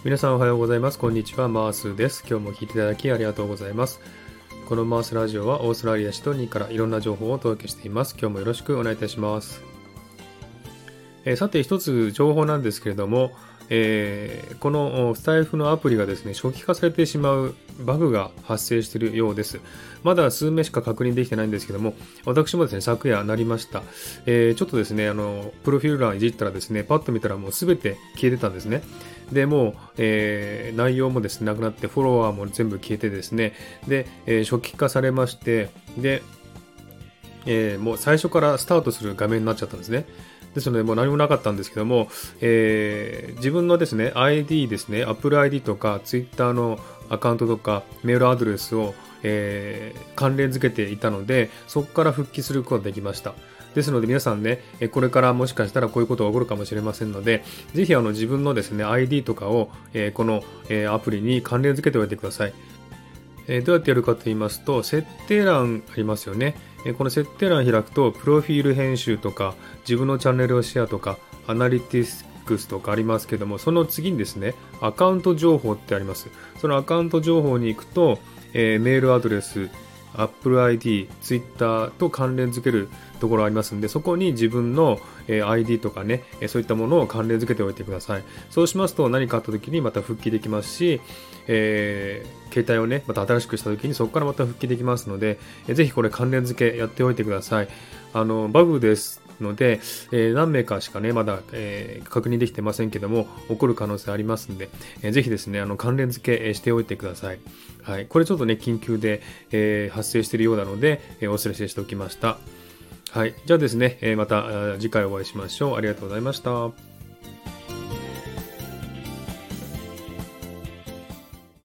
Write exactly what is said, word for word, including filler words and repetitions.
皆さんおはようございます。こんにちは、マースです。今日も聞いていただきありがとうございます。このマースラジオはオーストラリアシドニーからいろんな情報をお届けしています。今日もよろしくお願いいたします。えー、さて一つ情報なんですけれども、えー、このスタイフのアプリがですね、初期化されてしまうバグが発生しているようです。まだ数名しか確認できてないんですけども、私もですね、昨夜なりました。えー、ちょっとですね、あの、プロフィール欄いじったらですね、パッと見たらもうすべて消えてたんですね。で、もう、えー、内容もですね、なくなって、フォロワーも全部消えてですね、で、えー、初期化されまして、で、えー、もう最初からスタートする画面になっちゃったんですね。ですので、もう何もなかったんですけども、えー、自分のですね、アイディー ですね、Apple アイディー とか、Twitter のアカウントとか、メールアドレスを、えー、関連付けていたので、そこから復帰することができました。ですので皆さんね、これからもしかしたらこういうことが起こるかもしれませんので、ぜひあの自分のですね、アイディー とかを、えー、この、えー、アプリに関連付けておいてください。えー、どうやってやるかと言いますと、設定欄ありますよね。えー、この設定欄を開くと、プロフィール編集とか、自分のチャンネルをシェアとか、アナリティクスとかありますけども、その次にですね、アカウント情報ってあります。そのアカウント情報に行くと、えー、メールアドレス、Apple アイディー、Twitter と関連付けるところありますんで、そこに自分の アイディー とかね、そういったものを関連付けておいてください。そうしますと何かあった時にまた復帰できますし、えー、携帯をね、また新しくした時にそこからまた復帰できますので、ぜひこれ関連付けやっておいてください。あの、バグですので、えー、何名かしかね、まだ、えー、確認できてませんけども、起こる可能性ありますんで、えー、ぜひですね、あの、関連付けしておいてください。はい。これちょっとね、緊急で、えー、発生しているようなので、えー、お知らせしておきました。はい。じゃあですね、えー、また次回お会いしましょう。ありがとうございました。